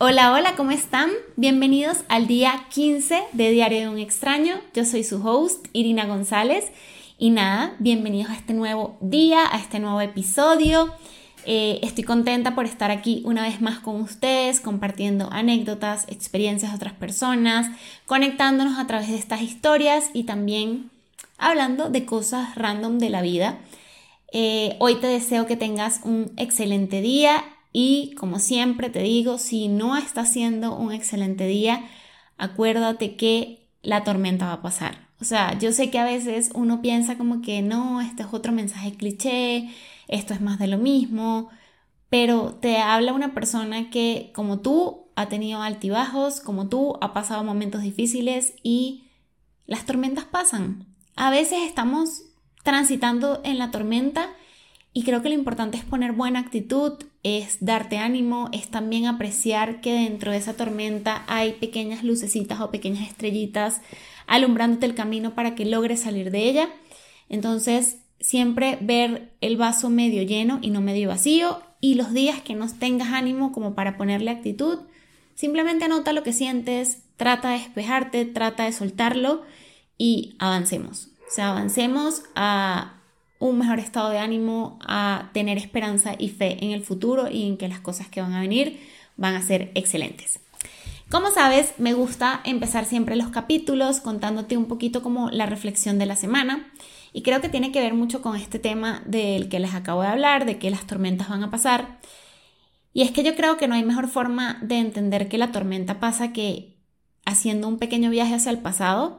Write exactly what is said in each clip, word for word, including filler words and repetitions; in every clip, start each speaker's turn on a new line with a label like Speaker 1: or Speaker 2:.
Speaker 1: Hola, hola, ¿cómo están? Bienvenidos al día quince de Diario de un Extraño. Yo soy su host, Irina González. Y nada, bienvenidos a este nuevo día, a este nuevo episodio. Eh, estoy contenta por estar aquí una vez más con ustedes, compartiendo anécdotas, experiencias de otras personas, conectándonos a través de estas historias y también hablando de cosas random de la vida. Eh, hoy te deseo que tengas un excelente día. Y como siempre te digo, si no está siendo un excelente día, acuérdate que la tormenta va a pasar. O sea, yo sé que a veces uno piensa como que no, este es otro mensaje cliché, esto es más de lo mismo, pero te habla una persona que como tú ha tenido altibajos, como tú ha pasado momentos difíciles y las tormentas pasan. A veces estamos transitando en la tormenta. Y creo que lo importante es poner buena actitud, es darte ánimo, es también apreciar que dentro de esa tormenta hay pequeñas lucecitas o pequeñas estrellitas alumbrándote el camino para que logres salir de ella. Entonces, siempre ver el vaso medio lleno y no medio vacío. Y los días que no tengas ánimo como para ponerle actitud, simplemente anota lo que sientes, trata de despejarte, trata de soltarlo y avancemos. O sea, avancemos a un mejor estado de ánimo, a tener esperanza y fe en el futuro y en que las cosas que van a venir van a ser excelentes. Como sabes, me gusta empezar siempre los capítulos contándote un poquito como la reflexión de la semana y creo que tiene que ver mucho con este tema del que les acabo de hablar, de que las tormentas van a pasar. Y es que yo creo que no hay mejor forma de entender que la tormenta pasa que haciendo un pequeño viaje hacia el pasado,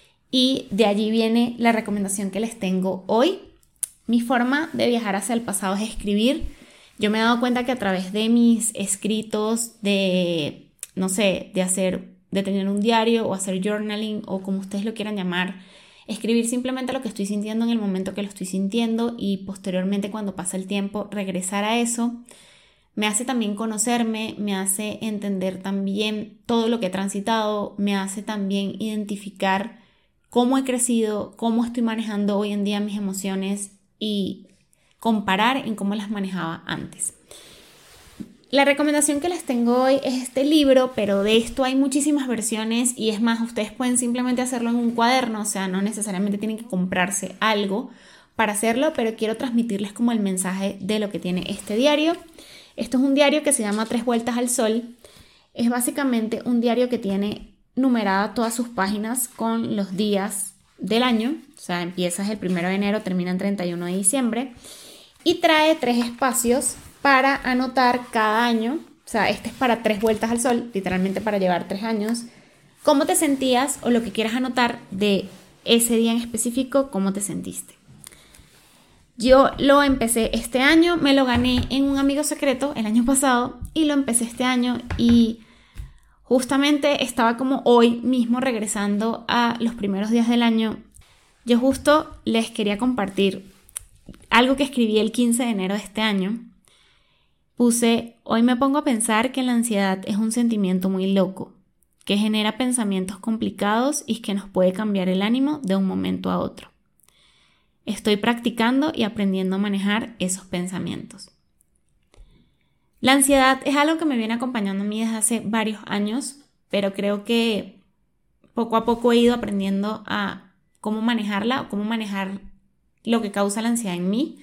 Speaker 1: y de allí viene la recomendación que les tengo hoy. Mi forma de viajar hacia el pasado es escribir. Yo me he dado cuenta que a través de mis escritos, de, no sé, de hacer, de tener un diario o hacer journaling o como ustedes lo quieran llamar, escribir simplemente lo que estoy sintiendo en el momento que lo estoy sintiendo y posteriormente cuando pasa el tiempo regresar a eso, me hace también conocerme, me hace entender también todo lo que he transitado, me hace también identificar cómo he crecido, cómo estoy manejando hoy en día mis emociones y comparar en cómo las manejaba antes. La recomendación que les tengo hoy es este libro, pero de esto hay muchísimas versiones y es más, ustedes pueden simplemente hacerlo en un cuaderno, o sea, no necesariamente tienen que comprarse algo para hacerlo, pero quiero transmitirles como el mensaje de lo que tiene este diario. Esto es un diario que se llama Tres Vueltas al Sol. Es básicamente un diario que tiene numerada todas sus páginas con los días del año, o sea, empiezas el primero de enero, termina el treinta y uno de diciembre, y trae tres espacios para anotar cada año, o sea, este es para tres vueltas al sol, literalmente para llevar tres años, cómo te sentías o lo que quieras anotar de ese día en específico, cómo te sentiste. Yo lo empecé este año, me lo gané en un amigo secreto el año pasado y lo empecé este año y justamente estaba como hoy mismo regresando a los primeros días del año. Yo justo les quería compartir algo que escribí el quince de enero de este año. Puse, hoy me pongo a pensar que la ansiedad es un sentimiento muy loco, que genera pensamientos complicados y que nos puede cambiar el ánimo de un momento a otro. Estoy practicando y aprendiendo a manejar esos pensamientos. La ansiedad es algo que me viene acompañando a mí desde hace varios años, pero creo que poco a poco he ido aprendiendo a cómo manejarla o cómo manejar lo que causa la ansiedad en mí.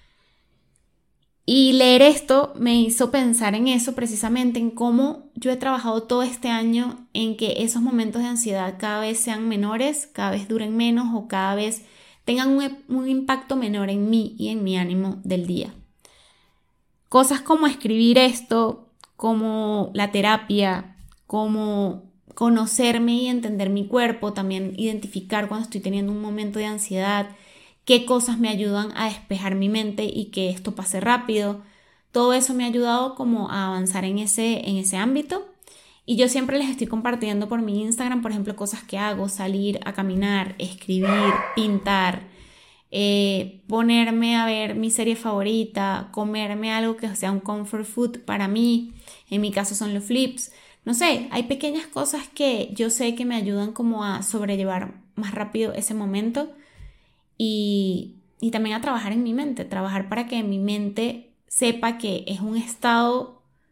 Speaker 1: Y leer esto me hizo pensar en eso precisamente, en cómo yo he trabajado todo este año en que esos momentos de ansiedad cada vez sean menores, cada vez duren menos o cada vez tengan un, un impacto menor en mí y en mi ánimo del día. Cosas como escribir esto, como la terapia, como conocerme y entender mi cuerpo, también identificar cuando estoy teniendo un momento de ansiedad, qué cosas me ayudan a despejar mi mente y que esto pase rápido. Todo eso me ha ayudado como a avanzar en ese, en ese ámbito. Y yo siempre les estoy compartiendo por mi Instagram, por ejemplo, cosas que hago, salir a caminar, escribir, pintar, eh, ponerme a ver mi serie favorita, comerme algo que sea un comfort food para mí. En mi caso son los flips. No sé, hay pequeñas cosas que yo sé que me ayudan como a sobrellevar más rápido ese momento y, y también a trabajar en mi mente, trabajar para que mi mente sepa que es un estado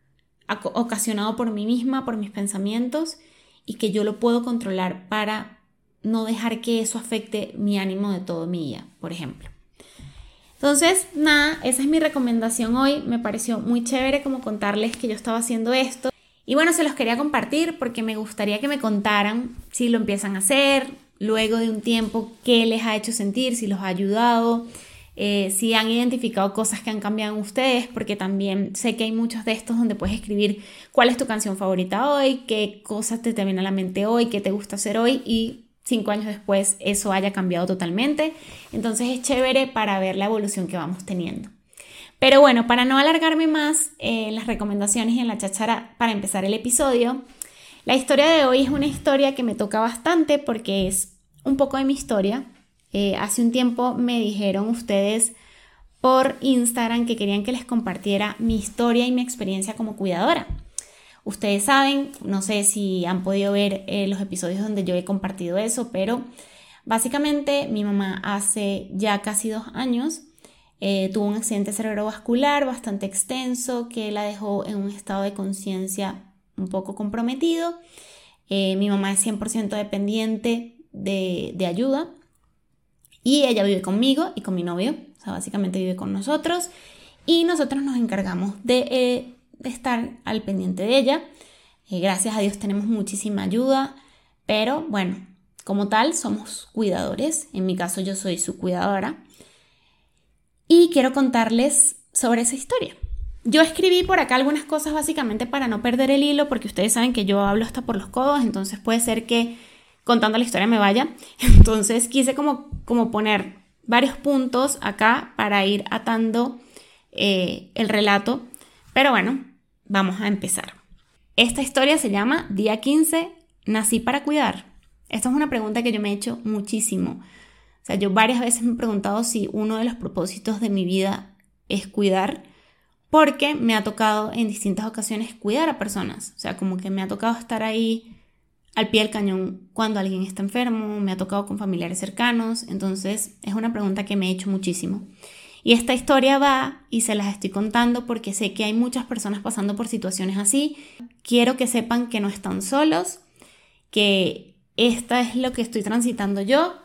Speaker 1: ocasionado por mí misma, por mis pensamientos, y que yo lo puedo controlar para no dejar que eso afecte mi ánimo de todo mi día, por ejemplo. Entonces, nada, esa es mi recomendación hoy. Me pareció muy chévere como contarles que yo estaba haciendo esto. Y bueno, se los quería compartir porque me gustaría que me contaran si lo empiezan a hacer, luego de un tiempo, qué les ha hecho sentir, si los ha ayudado, eh, si han identificado cosas que han cambiado en ustedes, porque también sé que hay muchos de estos donde puedes escribir cuál es tu canción favorita hoy, qué cosas te, te vienen a la mente hoy, qué te gusta hacer hoy, y cinco años después eso haya cambiado totalmente. Entonces es chévere para ver la evolución que vamos teniendo. Pero bueno, para no alargarme más eh, en las recomendaciones y en la cháchara para empezar el episodio, la historia de hoy es una historia que me toca bastante porque es un poco de mi historia. Eh, hace un tiempo me dijeron ustedes por Instagram que querían que les compartiera mi historia y mi experiencia como cuidadora. Ustedes saben, no sé si han podido ver eh, los episodios donde yo he compartido eso, pero básicamente mi mamá hace ya casi dos años eh, tuvo un accidente cerebrovascular bastante extenso que la dejó en un estado de conciencia un poco comprometido. Eh, mi mamá es cien por ciento dependiente de, de ayuda y ella vive conmigo y con mi novio, o sea, básicamente vive con nosotros y nosotros nos encargamos de... Eh, de estar al pendiente de ella. Eh, gracias a Dios tenemos muchísima ayuda, pero bueno, como tal somos cuidadores. En mi caso yo soy su cuidadora y quiero contarles sobre esa historia. Yo escribí por acá algunas cosas básicamente para no perder el hilo, porque ustedes saben que yo hablo hasta por los codos, entonces puede ser que contando la historia me vaya. Entonces quise como, como poner varios puntos acá para ir atando eh, el relato. Pero bueno, vamos a empezar. Esta historia se llama Día quince, ¿nací para cuidar? Esta es una pregunta que yo me he hecho muchísimo. O sea, yo varias veces me he preguntado si uno de los propósitos de mi vida es cuidar, porque me ha tocado en distintas ocasiones cuidar a personas. O sea, como que me ha tocado estar ahí al pie del cañón cuando alguien está enfermo, me ha tocado con familiares cercanos. Entonces, es una pregunta que me he hecho muchísimo. Y esta historia va y se las estoy contando porque sé que hay muchas personas pasando por situaciones así. Quiero que sepan que no están solos, que esta es lo que estoy transitando yo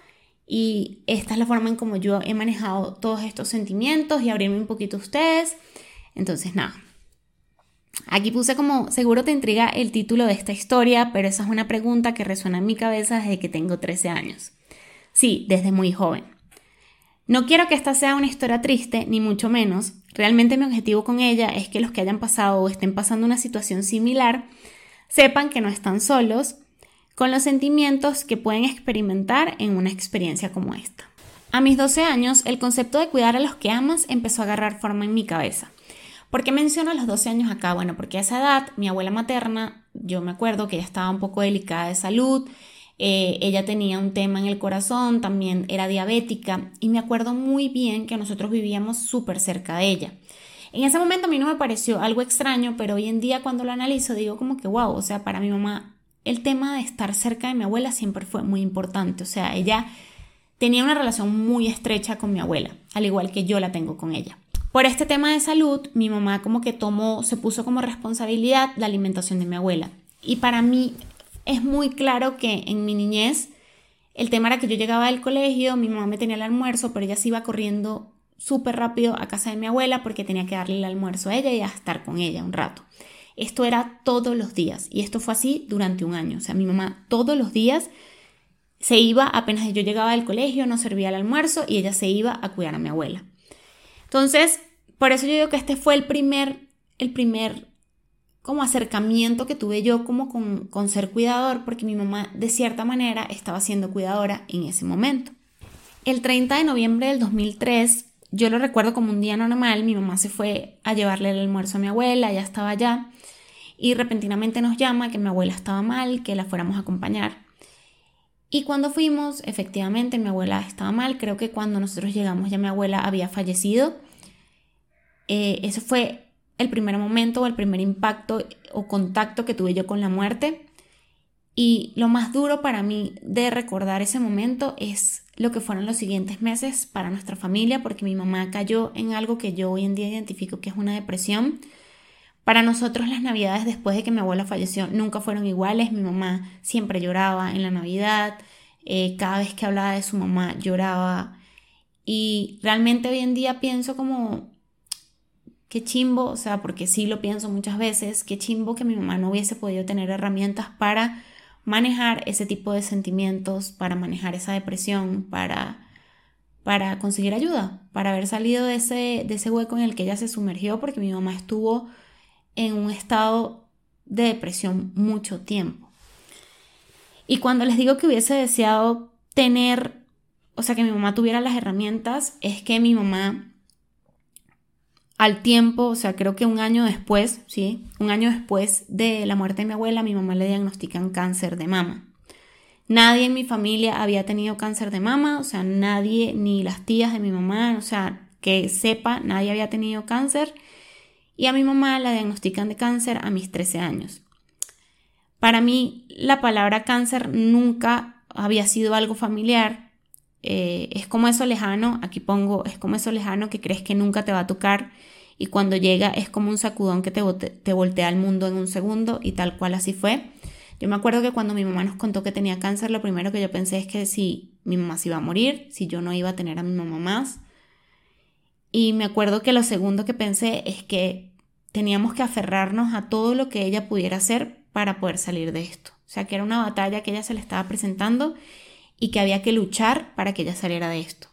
Speaker 1: y esta es la forma en como yo he manejado todos estos sentimientos y abrirme un poquito a ustedes. Entonces nada, aquí puse como seguro te intriga el título de esta historia, pero esa es una pregunta que resuena en mi cabeza desde que tengo trece años. Sí, desde muy joven. No quiero que esta sea una historia triste, ni mucho menos. Realmente mi objetivo con ella es que los que hayan pasado o estén pasando una situación similar sepan que no están solos con los sentimientos que pueden experimentar en una experiencia como esta. A mis doce años, el concepto de cuidar a los que amas empezó a agarrar forma en mi cabeza. ¿Por qué menciono los doce años acá? Bueno, porque a esa edad, mi abuela materna, yo me acuerdo que ella estaba un poco delicada de salud. Eh, ella tenía un tema en el corazón, también era diabética y me acuerdo muy bien que nosotros vivíamos súper cerca de ella. En ese momento a mí no me pareció algo extraño, pero hoy en día cuando lo analizo digo como que wow, o sea, para mi mamá el tema de estar cerca de mi abuela siempre fue muy importante. O sea, ella tenía una relación muy estrecha con mi abuela, al igual que yo la tengo con ella. Por este tema de salud, mi mamá como que tomó, se puso como responsabilidad la alimentación de mi abuela. Y para mí es muy claro que en mi niñez el tema era que yo llegaba del colegio, mi mamá me tenía el almuerzo, pero ella se iba corriendo súper rápido a casa de mi abuela porque tenía que darle el almuerzo a ella y a estar con ella un rato. Esto era todos los días y esto fue así durante un año. O sea, mi mamá todos los días se iba, apenas yo llegaba del colegio, nos servía el almuerzo y ella se iba a cuidar a mi abuela. Entonces, por eso yo digo que este fue el primer, el primer como acercamiento que tuve yo como con, con ser cuidador, porque mi mamá de cierta manera estaba siendo cuidadora en ese momento. El treinta de noviembre del dos mil tres, yo lo recuerdo como un día normal, mi mamá se fue a llevarle el almuerzo a mi abuela, ella estaba allá, y repentinamente nos llama que mi abuela estaba mal, que la fuéramos a acompañar. Y cuando fuimos, efectivamente mi abuela estaba mal, creo que cuando nosotros llegamos ya mi abuela había fallecido. Eh, eso fue el primer momento o el primer impacto o contacto que tuve yo con la muerte. Y lo más duro para mí de recordar ese momento es lo que fueron los siguientes meses para nuestra familia, porque mi mamá cayó en algo que yo hoy en día identifico que es una depresión, Para nosotros las navidades después de que mi abuela falleció nunca fueron iguales. Mi mamá siempre lloraba en la Navidad, eh, cada vez que hablaba de su mamá lloraba. Y realmente hoy en día pienso como, qué chimbo, o sea, porque sí lo pienso muchas veces, qué chimbo que mi mamá no hubiese podido tener herramientas para manejar ese tipo de sentimientos, para manejar esa depresión, para, para conseguir ayuda, para haber salido de ese, de ese hueco en el que ella se sumergió, porque mi mamá estuvo en un estado de depresión mucho tiempo. Y cuando les digo que hubiese deseado tener, o sea, que mi mamá tuviera las herramientas, es que mi mamá al tiempo, o sea, creo que un año después, sí, un año después de la muerte de mi abuela, a mi mamá le diagnostican cáncer de mama. Nadie en mi familia había tenido cáncer de mama, o sea, nadie, ni las tías de mi mamá, o sea, que sepa, nadie había tenido cáncer. Y a mi mamá la diagnostican de cáncer a mis trece años. Para mí la palabra cáncer nunca había sido algo familiar. Eh, es como eso lejano, aquí pongo, es como eso lejano que crees que nunca te va a tocar y cuando llega es como un sacudón que te, te voltea al mundo en un segundo y tal cual así fue. Yo me acuerdo que cuando mi mamá nos contó que tenía cáncer, lo primero que yo pensé es que si mi mamá se iba a morir, si yo no iba a tener a mi mamá más. Y me acuerdo que lo segundo que pensé es que teníamos que aferrarnos a todo lo que ella pudiera hacer para poder salir de esto. O sea, que era una batalla que ella se le estaba presentando y que había que luchar para que ella saliera de esto.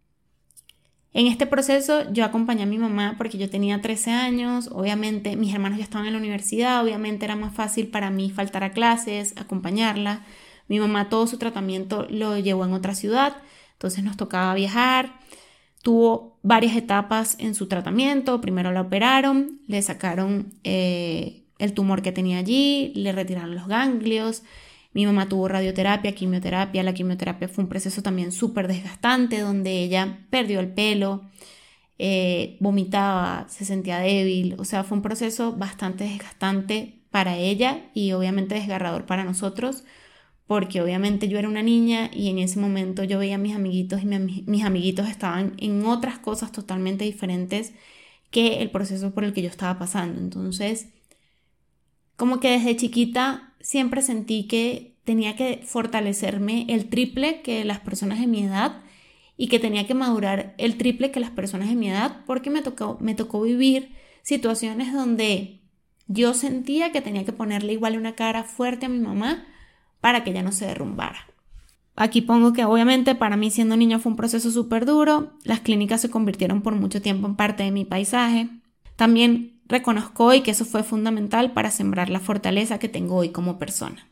Speaker 1: En este proceso yo acompañé a mi mamá porque yo tenía trece años, obviamente mis hermanos ya estaban en la universidad, obviamente era más fácil para mí faltar a clases, acompañarla. Mi mamá todo su tratamiento lo llevó en otra ciudad, entonces nos tocaba viajar. Tuvo varias etapas en su tratamiento. Primero la operaron, le sacaron eh, el tumor que tenía allí, le retiraron los ganglios. Mi mamá tuvo radioterapia, quimioterapia. La quimioterapia fue un proceso también súper desgastante donde ella perdió el pelo, eh, vomitaba, se sentía débil. O sea, fue un proceso bastante desgastante para ella y obviamente desgarrador para nosotros, porque obviamente yo era una niña y en ese momento yo veía a mis amiguitos y mi, mis amiguitos estaban en otras cosas totalmente diferentes que el proceso por el que yo estaba pasando. Entonces, como que desde chiquita siempre sentí que tenía que fortalecerme el triple que las personas de mi edad y que tenía que madurar el triple que las personas de mi edad, porque me tocó, me tocó vivir situaciones donde yo sentía que tenía que ponerle igual una cara fuerte a mi mamá para que ella no se derrumbara. Aquí pongo que obviamente para mí siendo niña fue un proceso súper duro. Las clínicas se convirtieron por mucho tiempo en parte de mi paisaje. También reconozco hoy que eso fue fundamental para sembrar la fortaleza que tengo hoy como persona.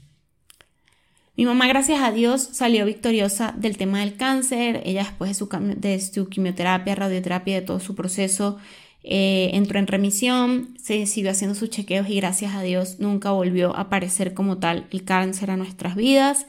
Speaker 1: Mi mamá, gracias a Dios, salió victoriosa del tema del cáncer. Ella después de su, de su quimioterapia, radioterapia, de todo su proceso, Eh, entró en remisión, se siguió haciendo sus chequeos y gracias a Dios nunca volvió a aparecer como tal el cáncer a nuestras vidas.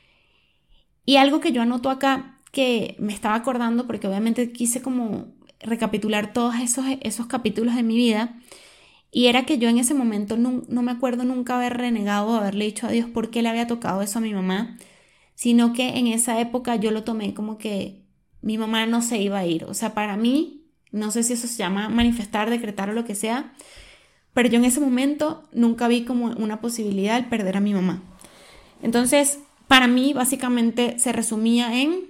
Speaker 1: Y algo que yo anoto acá que me estaba acordando porque obviamente quise como recapitular todos esos, esos capítulos de mi vida, y era que yo en ese momento no, no me acuerdo nunca haber renegado o haberle dicho a Dios por qué le había tocado eso a mi mamá, sino que en esa época yo lo tomé como que mi mamá no se iba a ir. O sea, para mí, no sé si eso se llama manifestar, decretar o lo que sea, pero yo en ese momento nunca vi como una posibilidad el perder a mi mamá. Entonces, para mí básicamente se resumía en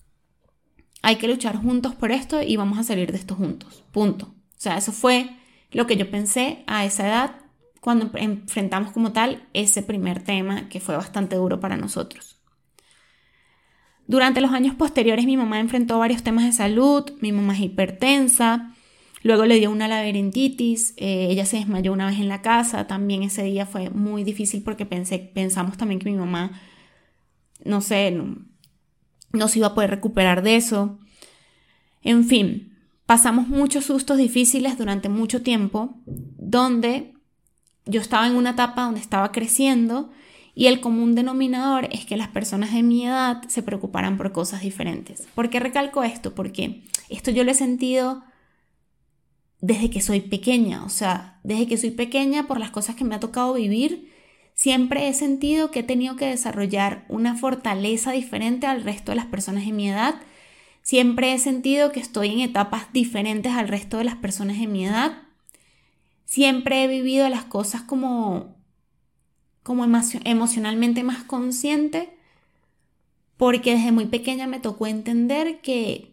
Speaker 1: hay que luchar juntos por esto y vamos a salir de esto juntos, punto. O sea, eso fue lo que yo pensé a esa edad cuando enfrentamos como tal ese primer tema que fue bastante duro para nosotros. Durante los años posteriores mi mamá enfrentó varios temas de salud. Mi mamá es hipertensa, luego le dio una laberintitis, eh, ella se desmayó una vez en la casa. También ese día fue muy difícil porque pensé, pensamos también que mi mamá, no sé, no, no se iba a poder recuperar de eso. En fin, pasamos muchos sustos difíciles durante mucho tiempo, donde yo estaba en una etapa donde estaba creciendo. Y el común denominador es que las personas de mi edad se preocuparan por cosas diferentes. ¿Por qué recalco esto? Porque esto yo lo he sentido desde que soy pequeña. O sea, desde que soy pequeña, por las cosas que me ha tocado vivir, siempre he sentido que he tenido que desarrollar una fortaleza diferente al resto de las personas de mi edad. Siempre he sentido que estoy en etapas diferentes al resto de las personas de mi edad. siempre he vivido las cosas como, como emo- emocionalmente más consciente, porque desde muy pequeña me tocó entender que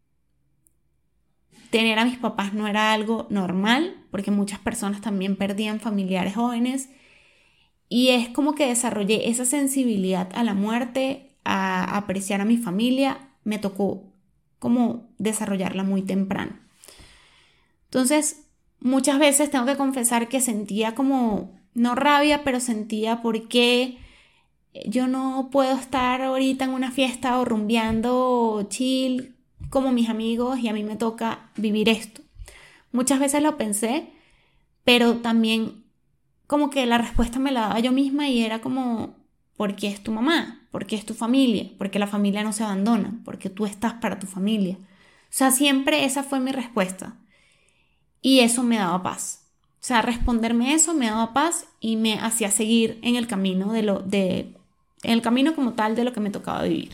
Speaker 1: tener a mis papás no era algo normal, porque muchas personas también perdían familiares jóvenes, y es como que desarrollé esa sensibilidad a la muerte, a apreciar a mi familia, me tocó como desarrollarla muy temprano. Entonces, muchas veces tengo que confesar que sentía como, no rabia, pero sentía por qué yo no puedo estar ahorita en una fiesta o rumbeando o chill como mis amigos y a mí me toca vivir esto. Muchas veces lo pensé, pero también como que la respuesta me la daba yo misma y era como, porque es tu mamá, porque es tu familia, porque la familia no se abandona, porque tú estás para tu familia. O sea, siempre esa fue mi respuesta y eso me daba paz. O sea, responderme eso me daba paz y me hacía seguir en el camino de lo de en el camino como tal de lo que me tocaba vivir.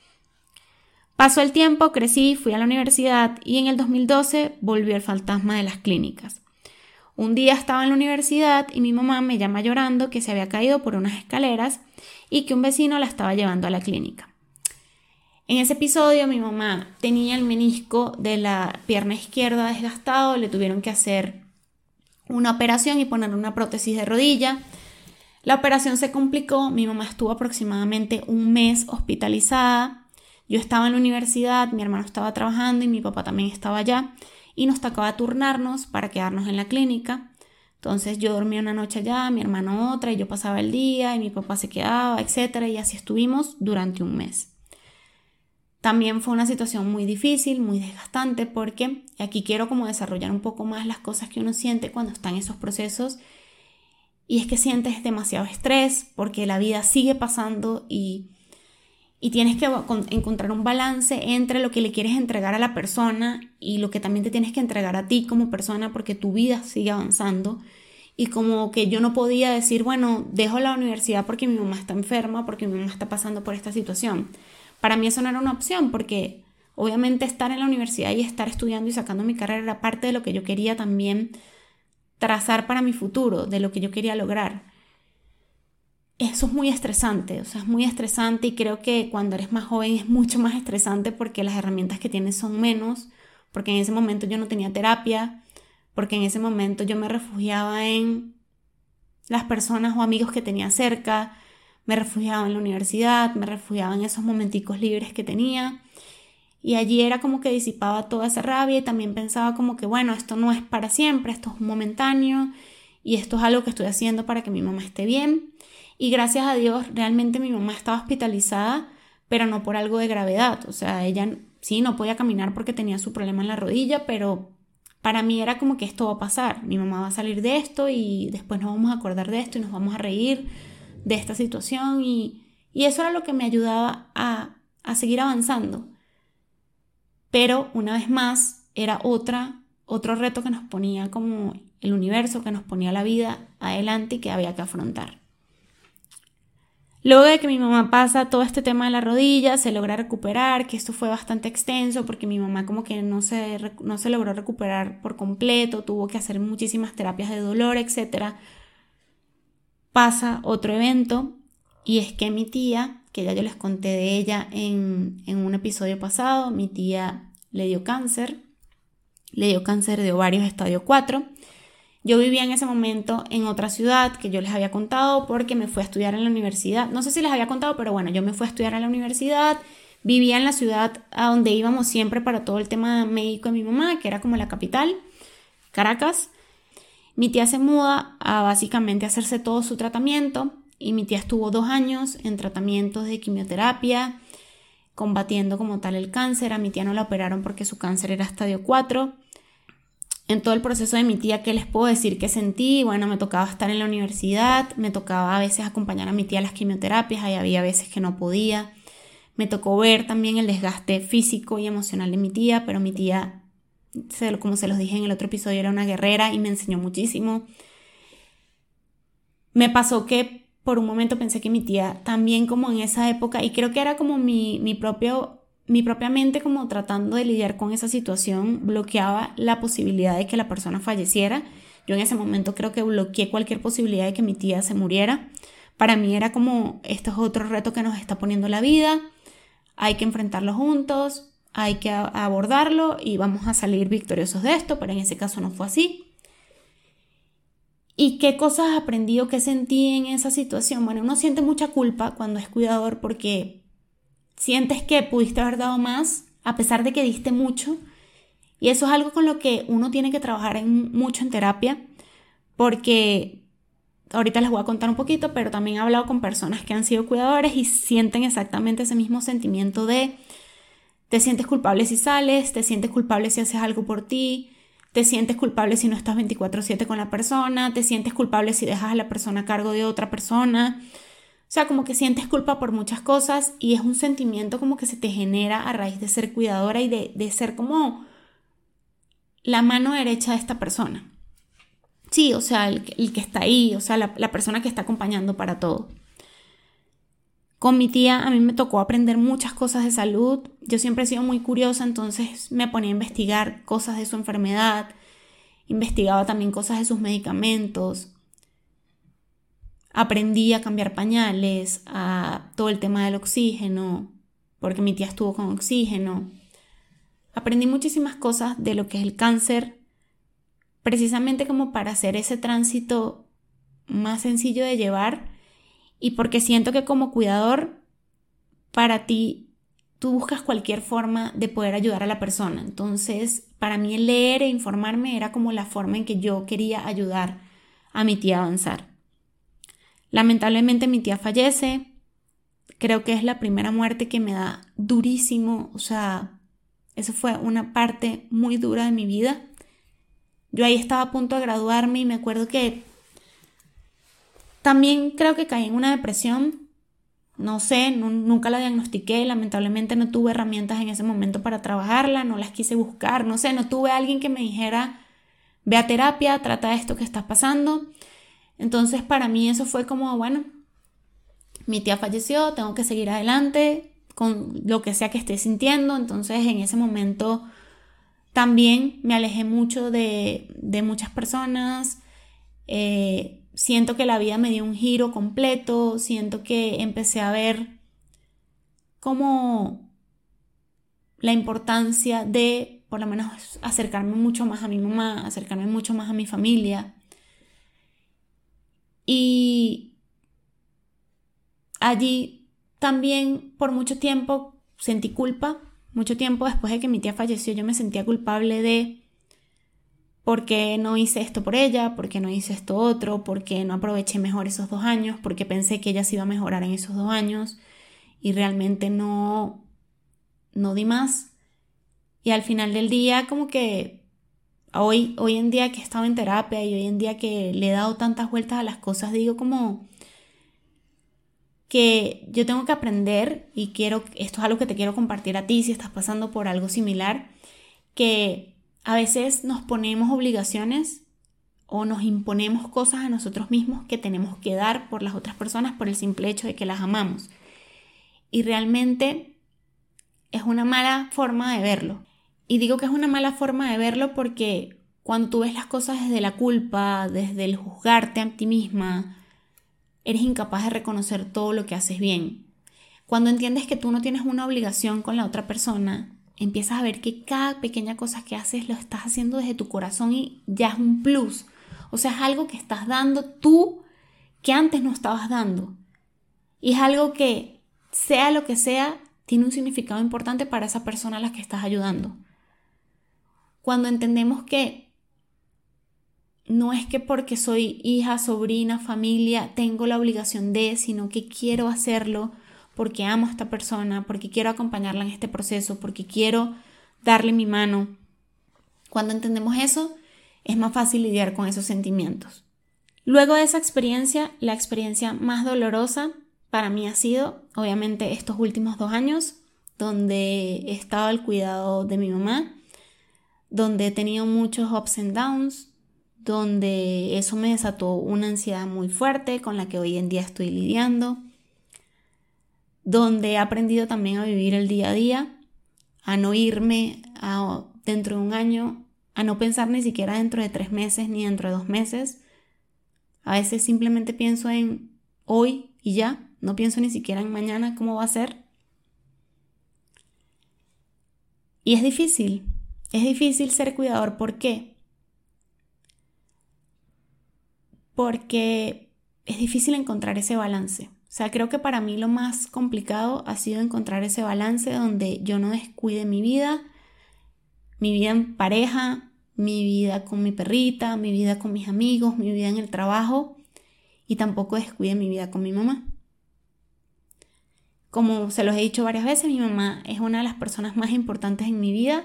Speaker 1: Pasó el tiempo, crecí, fui a la universidad y en el dos mil doce volvió el fantasma de las clínicas. Un día estaba en la universidad y mi mamá me llama llorando que se había caído por unas escaleras y que un vecino la estaba llevando a la clínica. En ese episodio mi mamá tenía el menisco de la pierna izquierda desgastado, le tuvieron que hacer una operación y poner una prótesis de rodilla. La operación se complicó, mi mamá estuvo aproximadamente un mes hospitalizada. Yo estaba en la universidad, mi hermano estaba trabajando y mi papá también estaba allá y nos tocaba turnarnos para quedarnos en la clínica. Entonces yo dormía una noche allá, mi hermano otra y yo pasaba el día y mi papá se quedaba, etcétera, y así estuvimos durante un mes. También fue una situación muy difícil, muy desgastante porque aquí quiero como desarrollar un poco más las cosas que uno siente cuando está en esos procesos y es que sientes demasiado estrés porque la vida sigue pasando y Y tienes que encontrar un balance entre lo que le quieres entregar a la persona y lo que también te tienes que entregar a ti como persona porque tu vida sigue avanzando. Y como que yo no podía decir, bueno, dejo la universidad porque mi mamá está enferma, porque mi mamá está pasando por esta situación. Para mí eso no era una opción porque obviamente estar en la universidad y estar estudiando y sacando mi carrera era parte de lo que yo quería también trazar para mi futuro, de lo que yo quería lograr. Eso es muy estresante, o sea, es muy estresante y creo que cuando eres más joven es mucho más estresante porque las herramientas que tienes son menos, porque en ese momento yo no tenía terapia, porque en ese momento yo me refugiaba en las personas o amigos que tenía cerca, me refugiaba en la universidad, me refugiaba en esos momenticos libres que tenía y allí era como que disipaba toda esa rabia y también pensaba como que bueno, esto no es para siempre, esto es momentáneo y esto es algo que estoy haciendo para que mi mamá esté bien. Y gracias a Dios, realmente mi mamá estaba hospitalizada, pero no por algo de gravedad. O sea, ella sí no podía caminar porque tenía su problema en la rodilla, pero para mí era como que esto va a pasar. Mi mamá va a salir de esto y después nos vamos a acordar de esto y nos vamos a reír de esta situación. Y, y eso era lo que me ayudaba a, a seguir avanzando. Pero una vez más, era otra, otro reto que nos ponía como el universo, que nos ponía la vida adelante y que había que afrontar. Luego de que mi mamá pasa todo este tema de la rodilla, se logra recuperar, que esto fue bastante extenso porque mi mamá como que no se, no se logró recuperar por completo, tuvo que hacer muchísimas terapias de dolor, etcétera. Pasa otro evento y es que mi tía, que ya yo les conté de ella en, en un episodio pasado, mi tía le dio cáncer, le dio cáncer de ovarios estadio cuatro. Yo vivía en ese momento en otra ciudad que yo les había contado porque me fui a estudiar en la universidad. No sé si les había contado, pero bueno, yo me fui a estudiar a la universidad. Vivía en la ciudad a donde íbamos siempre para todo el tema médico de mi mamá, que era como la capital, Caracas. Mi tía se muda a básicamente hacerse todo su tratamiento y mi tía estuvo dos años en tratamientos de quimioterapia, combatiendo como tal el cáncer. A mi tía no la operaron porque su cáncer era estadio cuatro. En todo el proceso de mi tía, ¿qué les puedo decir que sentí? Bueno, me tocaba estar en la universidad, me tocaba a veces acompañar a mi tía a las quimioterapias, y había veces que no podía. Me tocó ver también el desgaste físico y emocional de mi tía, pero mi tía, como se los dije en el otro episodio, era una guerrera y me enseñó muchísimo. Me pasó que por un momento pensé que mi tía también como en esa época, y creo que era como mi, mi propio... mi propia mente como tratando de lidiar con esa situación bloqueaba la posibilidad de que la persona falleciera. Yo en ese momento creo que bloqueé cualquier posibilidad de que mi tía se muriera. Para mí era como, este es otro reto que nos está poniendo la vida, hay que enfrentarlo juntos, hay que abordarlo y vamos a salir victoriosos de esto, pero en ese caso no fue así. ¿Y qué cosas aprendí o qué sentí en esa situación? Bueno, uno siente mucha culpa cuando es cuidador porque sientes que pudiste haber dado más a pesar de que diste mucho, y eso es algo con lo que uno tiene que trabajar en, mucho en terapia, porque ahorita les voy a contar un poquito, pero también he hablado con personas que han sido cuidadores y sienten exactamente ese mismo sentimiento de te sientes culpable si sales, te sientes culpable si haces algo por ti, te sientes culpable si no estás veinticuatro siete con la persona, te sientes culpable si dejas a la persona a cargo de otra persona. O sea, como que sientes culpa por muchas cosas y es un sentimiento como que se te genera a raíz de ser cuidadora y de, de ser como la mano derecha de esta persona. Sí, o sea, el, el que está ahí, o sea, la, la persona que está acompañando para todo. Con mi tía a mí me tocó aprender muchas cosas de salud. Yo siempre he sido muy curiosa, entonces me ponía a investigar cosas de su enfermedad, investigaba también cosas de sus medicamentos, aprendí a cambiar pañales, a todo el tema del oxígeno, porque mi tía estuvo con oxígeno. Aprendí muchísimas cosas de lo que es el cáncer, precisamente como para hacer ese tránsito más sencillo de llevar y porque siento que como cuidador, para ti, tú buscas cualquier forma de poder ayudar a la persona. Entonces, para mí el leer e informarme era como la forma en que yo quería ayudar a mi tía a avanzar. Lamentablemente mi tía fallece, creo que es la primera muerte que me da durísimo, o sea, eso fue una parte muy dura de mi vida. Yo ahí estaba a punto de graduarme y me acuerdo que también creo que caí en una depresión, no sé, no, nunca la diagnostiqué, lamentablemente no tuve herramientas en ese momento para trabajarla, no las quise buscar, no sé, no tuve a alguien que me dijera, ve a terapia, trata esto que estás pasando. Entonces para mí eso fue como, bueno, mi tía falleció, tengo que seguir adelante con lo que sea que esté sintiendo. Entonces en ese momento también me alejé mucho de, de muchas personas. Eh, siento que la vida me dio un giro completo, siento que empecé a ver como la importancia de por lo menos acercarme mucho más a mi mamá, acercarme mucho más a mi familia. Y allí también por mucho tiempo sentí culpa. Mucho tiempo después de que mi tía falleció yo me sentía culpable de por qué no hice esto por ella, por qué no hice esto otro, por qué no aproveché mejor esos dos años, porque pensé que ella se iba a mejorar en esos dos años y realmente no, no di más. Y al final del día como que hoy, hoy en día que he estado en terapia y hoy en día que le he dado tantas vueltas a las cosas, digo como que yo tengo que aprender, y quiero, esto es algo que te quiero compartir a ti si estás pasando por algo similar, que a veces nos ponemos obligaciones o nos imponemos cosas a nosotros mismos que tenemos que dar por las otras personas por el simple hecho de que las amamos. Y realmente es una mala forma de verlo. Y digo que es una mala forma de verlo porque cuando tú ves las cosas desde la culpa, desde el juzgarte a ti misma, eres incapaz de reconocer todo lo que haces bien. Cuando entiendes que tú no tienes una obligación con la otra persona, empiezas a ver que cada pequeña cosa que haces lo estás haciendo desde tu corazón y ya es un plus. O sea, es algo que estás dando tú que antes no estabas dando. Y es algo que, sea lo que sea, tiene un significado importante para esa persona a la que estás ayudando. Cuando entendemos que no es que porque soy hija, sobrina, familia, tengo la obligación de, sino que quiero hacerlo porque amo a esta persona, porque quiero acompañarla en este proceso, porque quiero darle mi mano. Cuando entendemos eso, es más fácil lidiar con esos sentimientos. Luego de esa experiencia, la experiencia más dolorosa para mí ha sido, obviamente, estos últimos dos años, donde he estado al cuidado de mi mamá, donde he tenido muchos ups and downs, donde eso me desató una ansiedad muy fuerte con la que hoy en día estoy lidiando, donde he aprendido también a vivir el día a día, a no irme a, dentro de un año a no pensar ni siquiera dentro de tres meses ni dentro de dos meses. A veces simplemente pienso en hoy y ya, no pienso ni siquiera en mañana cómo va a ser. Y es difícil, es difícil ser cuidador. ¿Por qué? Porque es difícil encontrar ese balance. O sea, creo que para mí lo más complicado ha sido encontrar ese balance donde yo no descuide mi vida, mi vida en pareja, mi vida con mi perrita, mi vida con mis amigos, mi vida en el trabajo y tampoco descuide mi vida con mi mamá. Como se los he dicho varias veces, mi mamá es una de las personas más importantes en mi vida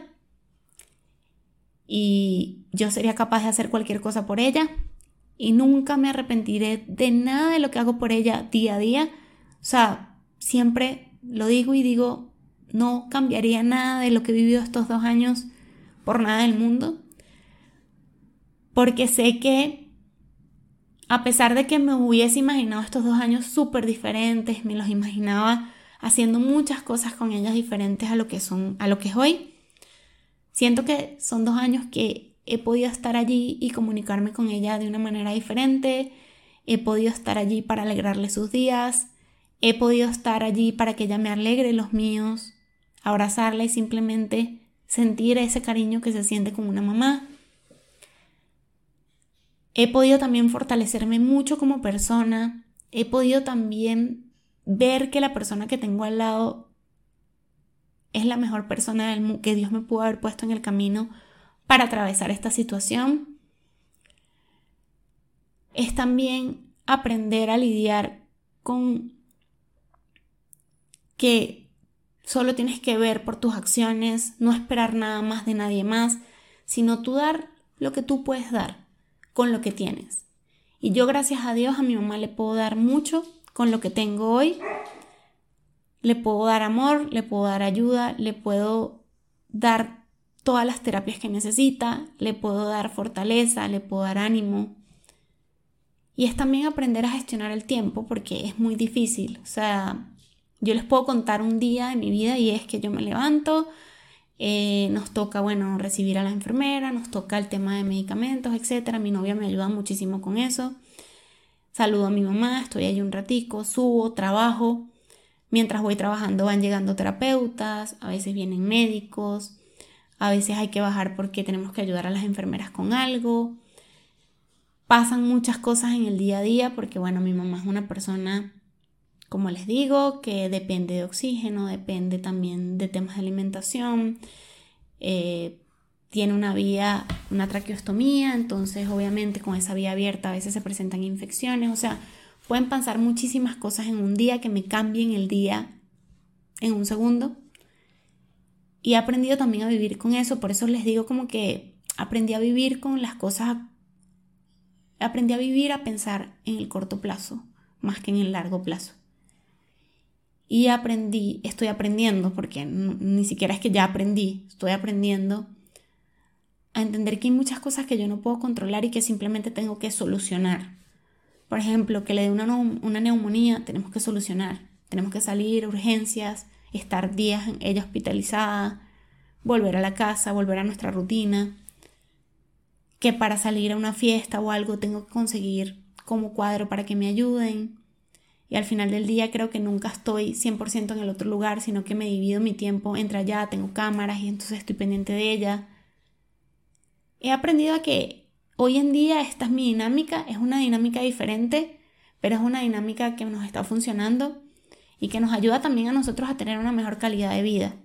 Speaker 1: y yo sería capaz de hacer cualquier cosa por ella y nunca me arrepentiré de nada de lo que hago por ella día a día. O sea, siempre lo digo y digo, no cambiaría nada de lo que he vivido estos dos años por nada del mundo, porque sé que a pesar de que me hubiese imaginado estos dos años súper diferentes, me los imaginaba haciendo muchas cosas con ellas diferentes a lo que son, a lo que es hoy, siento que son dos años que he podido estar allí y comunicarme con ella de una manera diferente, he podido estar allí para alegrarle sus días, he podido estar allí para que ella me alegre los míos, abrazarla y simplemente sentir ese cariño que se siente con una mamá. He podido también fortalecerme mucho como persona. He podido también ver que la persona que tengo al lado es la mejor persona del mundo, que Dios me pudo haber puesto en el camino para atravesar esta situación. Es también aprender a lidiar con que solo tienes que ver por tus acciones, no esperar nada más de nadie más, sino tú dar lo que tú puedes dar con lo que tienes. Y yo, gracias a Dios, a mi mamá le puedo dar mucho con lo que tengo hoy. Le puedo dar amor, le puedo dar ayuda, le puedo dar todas las terapias que necesita, le puedo dar fortaleza, le puedo dar ánimo. Y es también aprender a gestionar el tiempo porque es muy difícil. O sea, yo les puedo contar un día de mi vida y es que yo me levanto, eh, nos toca, bueno, recibir a la enfermera, nos toca el tema de medicamentos, etcétera. Mi novia me ayuda muchísimo con eso. Saludo a mi mamá, estoy allí un ratico, subo, trabajo. Mientras voy trabajando van llegando terapeutas, a veces vienen médicos, a veces hay que bajar porque tenemos que ayudar a las enfermeras con algo. Pasan muchas cosas en el día a día porque, bueno, mi mamá es una persona, como les digo, que depende de oxígeno, depende también de temas de alimentación, eh, tiene una vía, una traqueostomía, entonces obviamente con esa vía abierta a veces se presentan infecciones, o sea, pueden pasar muchísimas cosas en un día que me cambien el día en un segundo. Y he aprendido también a vivir con eso, por eso les digo como que aprendí a vivir con las cosas, aprendí a vivir, a pensar en el corto plazo, más que en el largo plazo. Y aprendí, estoy aprendiendo, porque no, ni siquiera es que ya aprendí, estoy aprendiendo a entender que hay muchas cosas que yo no puedo controlar y que simplemente tengo que solucionar. Por ejemplo, que le dé una, una neumonía, tenemos que solucionar. Tenemos que salir a urgencias, estar días en ella hospitalizada, volver a la casa, volver a nuestra rutina. Que para salir a una fiesta o algo tengo que conseguir como cuadro para que me ayuden. Y al final del día creo que nunca estoy cien por ciento en el otro lugar, sino que me divido mi tiempo entre allá, tengo cámaras y entonces estoy pendiente de ella. He aprendido a que hoy en día esta es mi dinámica, es una dinámica diferente, pero es una dinámica que nos está funcionando y que nos ayuda también a nosotros a tener una mejor calidad de vida.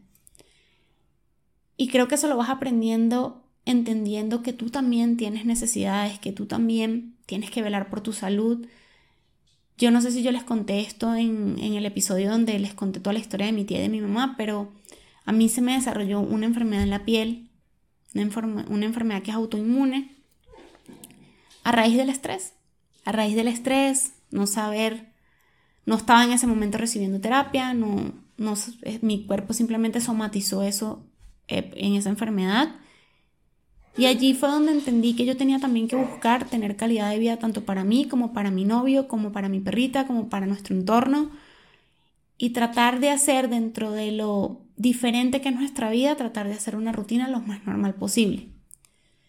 Speaker 1: Y creo que eso lo vas aprendiendo entendiendo que tú también tienes necesidades, que tú también tienes que velar por tu salud. Yo no sé si yo les conté esto en, en el episodio donde les conté toda la historia de mi tía y de mi mamá, pero a mí se me desarrolló una enfermedad en la piel, una, enferme, una enfermedad que es autoinmune, a raíz del estrés. A raíz del estrés, no saber, no estaba en ese momento recibiendo terapia, no, no, mi cuerpo simplemente somatizó eso eh, en esa enfermedad. Y allí fue donde entendí que yo tenía también que buscar tener calidad de vida tanto para mí como para mi novio, como para mi perrita, como para nuestro entorno. Y tratar de hacer dentro de lo diferente que es nuestra vida, tratar de hacer una rutina lo más normal posible.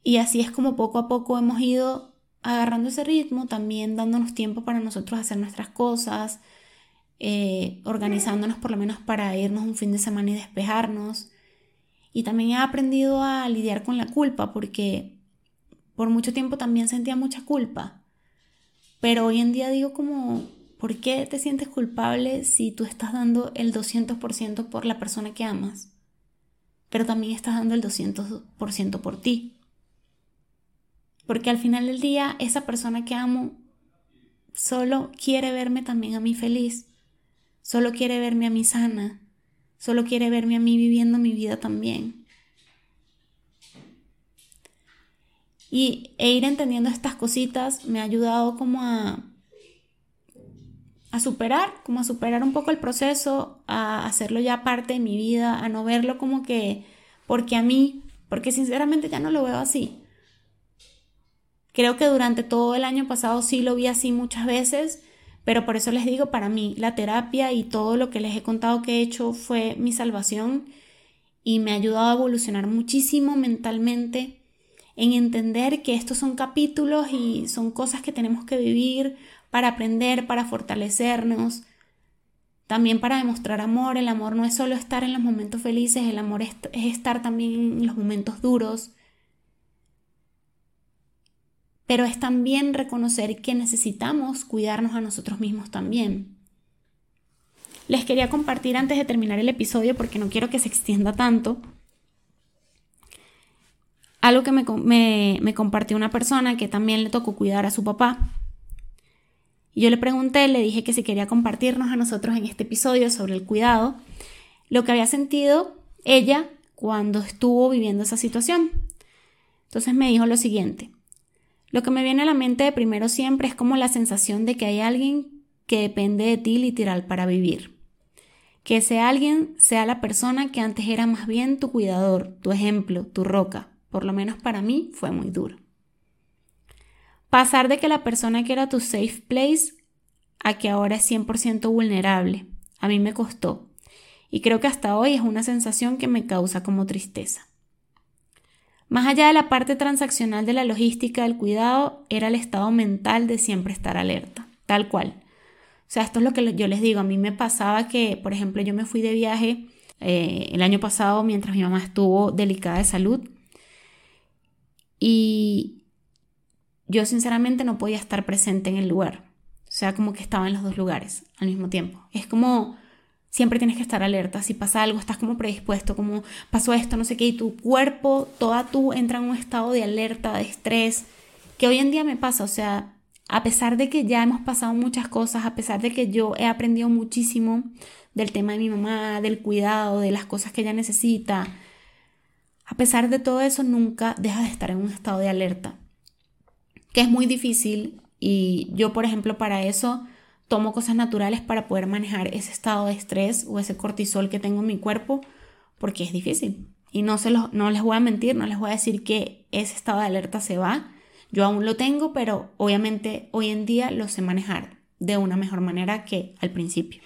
Speaker 1: Y así es como poco a poco hemos ido agarrando ese ritmo, también dándonos tiempo para nosotros hacer nuestras cosas, eh, organizándonos por lo menos para irnos un fin de semana y despejarnos. Y también he aprendido a lidiar con la culpa, porque por mucho tiempo también sentía mucha culpa. Pero hoy en día digo como, ¿por qué te sientes culpable si tú estás dando el doscientos por ciento por la persona que amas? Pero también estás dando el doscientos por ciento por ti. Porque al final del día, esa persona que amo solo quiere verme también a mí feliz. Solo quiere verme a mí sana. Solo quiere verme a mí viviendo mi vida también. Y e ir entendiendo estas cositas me ha ayudado como a, a superar, como a superar un poco el proceso, a hacerlo ya parte de mi vida, a no verlo como que porque a mí, porque sinceramente ya no lo veo así. Creo que durante todo el año pasado sí lo vi así muchas veces, pero por eso les digo, para mí la terapia y todo lo que les he contado que he hecho fue mi salvación y me ha ayudado a evolucionar muchísimo mentalmente, en entender que estos son capítulos y son cosas que tenemos que vivir para aprender, para fortalecernos, también para demostrar amor. El amor no es solo estar en los momentos felices, el amor es, es estar también en los momentos duros. Pero es también reconocer que necesitamos cuidarnos a nosotros mismos también. Les quería compartir antes de terminar el episodio, porque no quiero que se extienda tanto, algo que me, me, me compartió una persona que también le tocó cuidar a su papá. Y yo le pregunté, le dije que si quería compartirnos a nosotros en este episodio sobre el cuidado, lo que había sentido ella cuando estuvo viviendo esa situación. Entonces me dijo lo siguiente: lo que me viene a la mente de primero siempre es como la sensación de que hay alguien que depende de ti literal para vivir. Que ese alguien sea la persona que antes era más bien tu cuidador, tu ejemplo, tu roca. Por lo menos para mí fue muy duro. Pasar de que la persona que era tu safe place a que ahora es cien por ciento vulnerable. A mí me costó. Y creo que hasta hoy es una sensación que me causa como tristeza. Más allá de la parte transaccional de la logística del cuidado, era el estado mental de siempre estar alerta, tal cual. O sea, esto es lo que yo les digo. A mí me pasaba que, por ejemplo, yo me fui de viaje eh, el año pasado mientras mi mamá estuvo delicada de salud. Y yo sinceramente no podía estar presente en el lugar. O sea, como que estaba en los dos lugares al mismo tiempo. Es como siempre tienes que estar alerta. Si pasa algo, estás como predispuesto, como pasó esto, no sé qué, y tu cuerpo, toda tú entra en un estado de alerta, de estrés, que hoy en día me pasa. O sea, a pesar de que ya hemos pasado muchas cosas, a pesar de que yo he aprendido muchísimo del tema de mi mamá, del cuidado, de las cosas que ella necesita, a pesar de todo eso, nunca deja de estar en un estado de alerta, que es muy difícil. Y yo, por ejemplo, para eso tomo cosas naturales para poder manejar ese estado de estrés o ese cortisol que tengo en mi cuerpo, porque es difícil. Y no, se los, no les voy a mentir, no les voy a decir que ese estado de alerta se va. Yo aún lo tengo, pero obviamente hoy en día lo sé manejar de una mejor manera que al principio.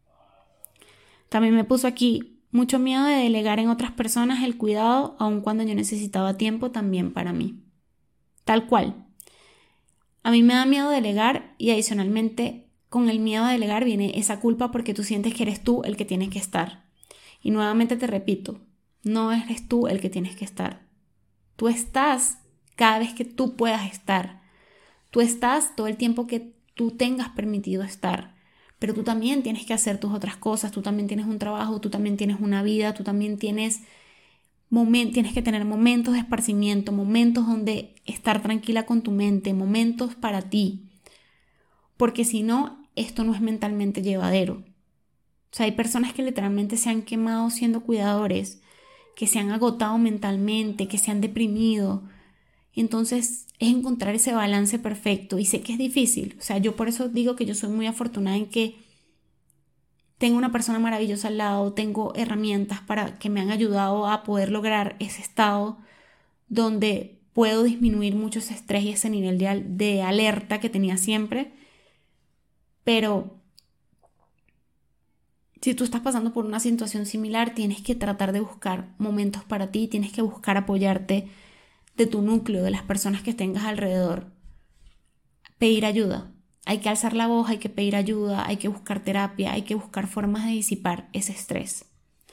Speaker 1: También me puso aquí mucho miedo de delegar en otras personas el cuidado, aun cuando yo necesitaba tiempo también para mí. Tal cual. A mí me da miedo delegar y adicionalmente con el miedo a delegar viene esa culpa porque tú sientes que eres tú el que tienes que estar. Y nuevamente te repito, no eres tú el que tienes que estar. Tú estás cada vez que tú puedas estar. Tú estás todo el tiempo que tú tengas permitido estar. Pero tú también tienes que hacer tus otras cosas, tú también tienes un trabajo, tú también tienes una vida, tú también tienes, moment- tienes que tener momentos de esparcimiento, momentos donde estar tranquila con tu mente, momentos para ti. Porque si no, esto no es mentalmente llevadero. O sea, hay personas que literalmente se han quemado siendo cuidadores, que se han agotado mentalmente, que se han deprimido. Entonces es encontrar ese balance perfecto y sé que es difícil. O sea, yo por eso digo que yo soy muy afortunada en que tengo una persona maravillosa al lado, tengo herramientas para que me han ayudado a poder lograr ese estado donde puedo disminuir mucho ese estrés y ese nivel de, de alerta que tenía siempre. Pero si tú estás pasando por una situación similar, tienes que tratar de buscar momentos para ti, tienes que buscar apoyarte de tu núcleo, de las personas que tengas alrededor. Pedir ayuda. Hay que alzar la voz, hay que pedir ayuda, hay que buscar terapia, hay que buscar formas de disipar ese estrés.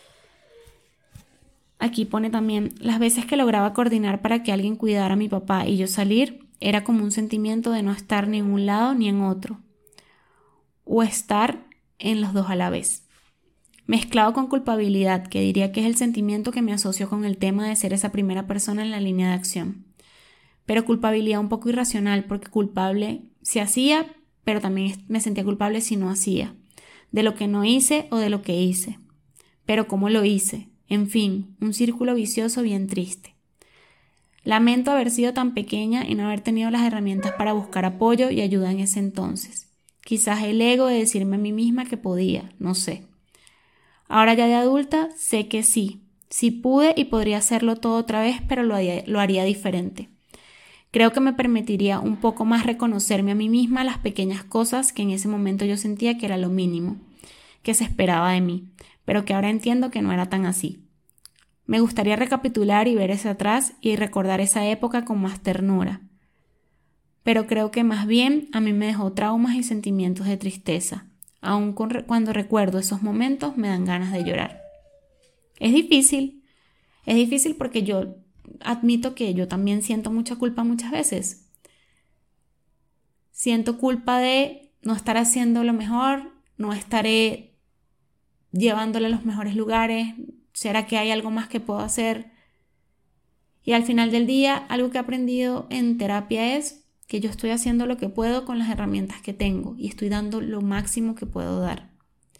Speaker 1: Aquí pone también, las veces que lograba coordinar para que alguien cuidara a mi papá y yo salir, era como un sentimiento de no estar ni en un lado ni en otro, o estar en los dos a la vez. Mezclado con culpabilidad, que diría que es el sentimiento que me asocio con el tema de ser esa primera persona en la línea de acción. Pero culpabilidad un poco irracional, porque culpable si hacía, pero también me sentía culpable si no hacía, de lo que no hice o de lo que hice. Pero cómo lo hice, en fin, un círculo vicioso bien triste. Lamento haber sido tan pequeña y no haber tenido las herramientas para buscar apoyo y ayuda en ese entonces. Quizás el ego de decirme a mí misma que podía, no sé. Ahora ya de adulta, sé que sí, sí pude y podría hacerlo todo otra vez, pero lo haría, lo haría diferente. Creo que me permitiría un poco más reconocerme a mí misma las pequeñas cosas que en ese momento yo sentía que era lo mínimo, que se esperaba de mí, pero que ahora entiendo que no era tan así. Me gustaría recapitular y ver hacia atrás y recordar esa época con más ternura. Pero creo que más bien a mí me dejó traumas y sentimientos de tristeza. Aun cuando recuerdo esos momentos me dan ganas de llorar. Es difícil, es difícil porque yo admito que yo también siento mucha culpa muchas veces. Siento culpa de no estar haciendo lo mejor, no estaré llevándole a los mejores lugares. ¿Será que hay algo más que puedo hacer? Y al final del día, algo que he aprendido en terapia es que yo estoy haciendo lo que puedo con las herramientas que tengo y estoy dando lo máximo que puedo dar.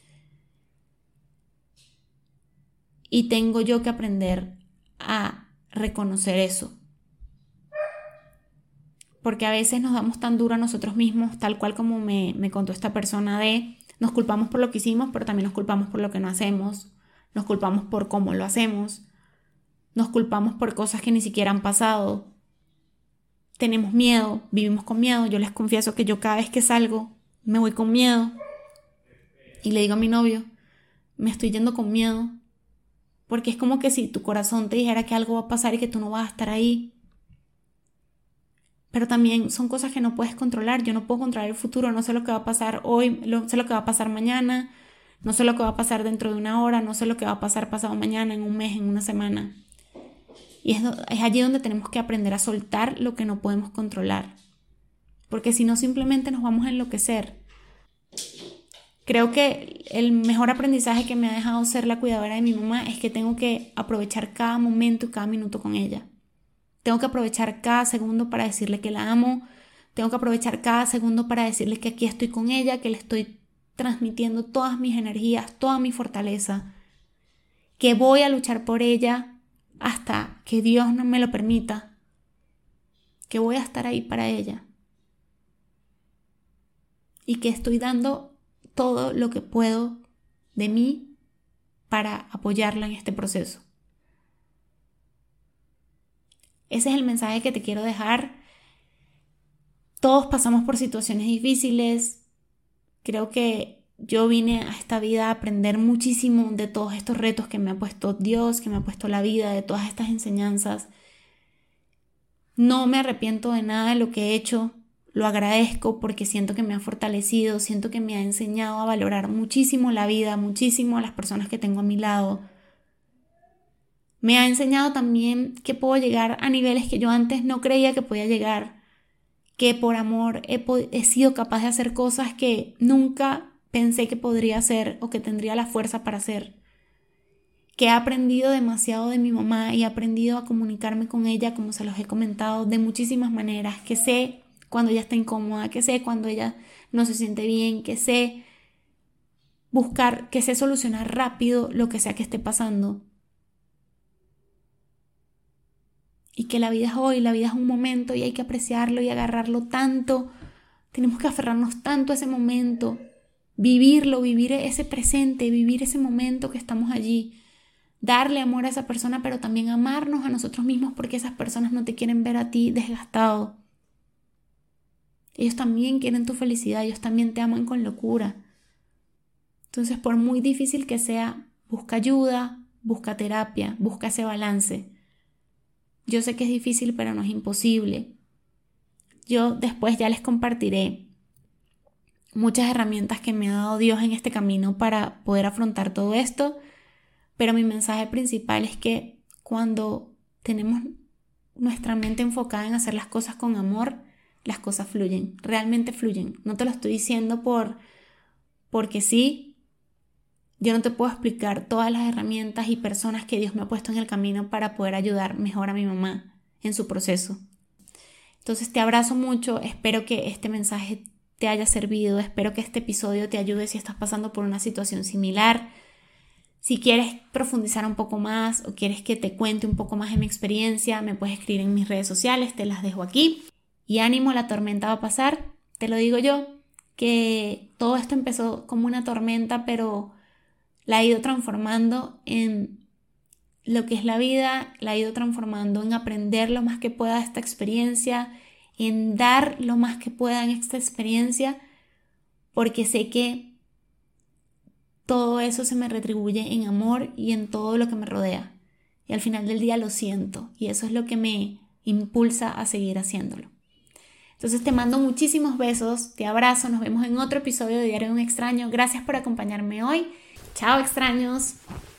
Speaker 1: Y tengo yo que aprender a reconocer eso. Porque a veces nos damos tan duro a nosotros mismos, tal cual como me, me contó esta persona de nos culpamos por lo que hicimos, pero también nos culpamos por lo que no hacemos. Nos culpamos por cómo lo hacemos. Nos culpamos por cosas que ni siquiera han pasado. Tenemos miedo, vivimos con miedo. Yo les confieso que yo cada vez que salgo me voy con miedo. Y le digo a mi novio, me estoy yendo con miedo. Porque es como que si tu corazón te dijera que algo va a pasar y que tú no vas a estar ahí. Pero también son cosas que no puedes controlar. Yo no puedo controlar el futuro, no sé lo que va a pasar hoy, no sé lo que va a pasar mañana. No sé lo que va a pasar dentro de una hora, no sé lo que va a pasar pasado mañana, en un mes, en una semana. Y es, es allí donde tenemos que aprender a soltar lo que no podemos controlar. Porque si no, simplemente nos vamos a enloquecer. Creo que el mejor aprendizaje que me ha dejado ser la cuidadora de mi mamá es que tengo que aprovechar cada momento y cada minuto con ella. Tengo que aprovechar cada segundo para decirle que la amo. Tengo que aprovechar cada segundo para decirle que aquí estoy con ella, que le estoy transmitiendo todas mis energías, toda mi fortaleza, que voy a luchar por ella hasta que Dios no me lo permita, que voy a estar ahí para ella y que estoy dando todo lo que puedo de mí para apoyarla en este proceso. Ese es el mensaje que te quiero dejar. Todos pasamos por situaciones difíciles. Creo que yo vine a esta vida a aprender muchísimo de todos estos retos que me ha puesto Dios, que me ha puesto la vida, de todas estas enseñanzas. No me arrepiento de nada de lo que he hecho, lo agradezco porque siento que me ha fortalecido, siento que me ha enseñado a valorar muchísimo la vida, muchísimo a las personas que tengo a mi lado. Me ha enseñado también que puedo llegar a niveles que yo antes no creía que podía llegar. Que por amor he, he sido capaz de hacer cosas que nunca pensé que podría hacer o que tendría la fuerza para hacer. Que he aprendido demasiado de mi mamá y he aprendido a comunicarme con ella, como se los he comentado, de muchísimas maneras. Que sé cuando ella está incómoda, que sé cuando ella no se siente bien, que sé buscar, que sé solucionar rápido lo que sea que esté pasando. Y que la vida es hoy, la vida es un momento y hay que apreciarlo y agarrarlo tanto. Tenemos que aferrarnos tanto a ese momento, vivirlo, vivir ese presente, vivir ese momento que estamos allí. Darle amor a esa persona, pero también amarnos a nosotros mismos porque esas personas no te quieren ver a ti desgastado. Ellos también quieren tu felicidad, ellos también te aman con locura. Entonces, por muy difícil que sea, busca ayuda, busca terapia, busca ese balance. Yo sé que es difícil, pero no es imposible. Yo después ya les compartiré muchas herramientas que me ha dado Dios en este camino para poder afrontar todo esto, pero mi mensaje principal es que cuando tenemos nuestra mente enfocada en hacer las cosas con amor, las cosas fluyen, realmente fluyen. No te lo estoy diciendo por porque sí. Yo no te puedo explicar todas las herramientas y personas que Dios me ha puesto en el camino para poder ayudar mejor a mi mamá en su proceso. Entonces te abrazo mucho, espero que este mensaje te haya servido, espero que este episodio te ayude si estás pasando por una situación similar. Si quieres profundizar un poco más o quieres que te cuente un poco más de mi experiencia, me puedes escribir en mis redes sociales, te las dejo aquí. Y ánimo, la tormenta va a pasar, te lo digo yo, que todo esto empezó como una tormenta, pero la he ido transformando en lo que es la vida, la he ido transformando en aprender lo más que pueda de esta experiencia, en dar lo más que pueda en esta experiencia, porque sé que todo eso se me retribuye en amor y en todo lo que me rodea. Y al final del día lo siento, y eso es lo que me impulsa a seguir haciéndolo. Entonces te mando muchísimos besos, te abrazo, nos vemos en otro episodio de Diario de un Extraño. Gracias por acompañarme hoy. Chao, extraños.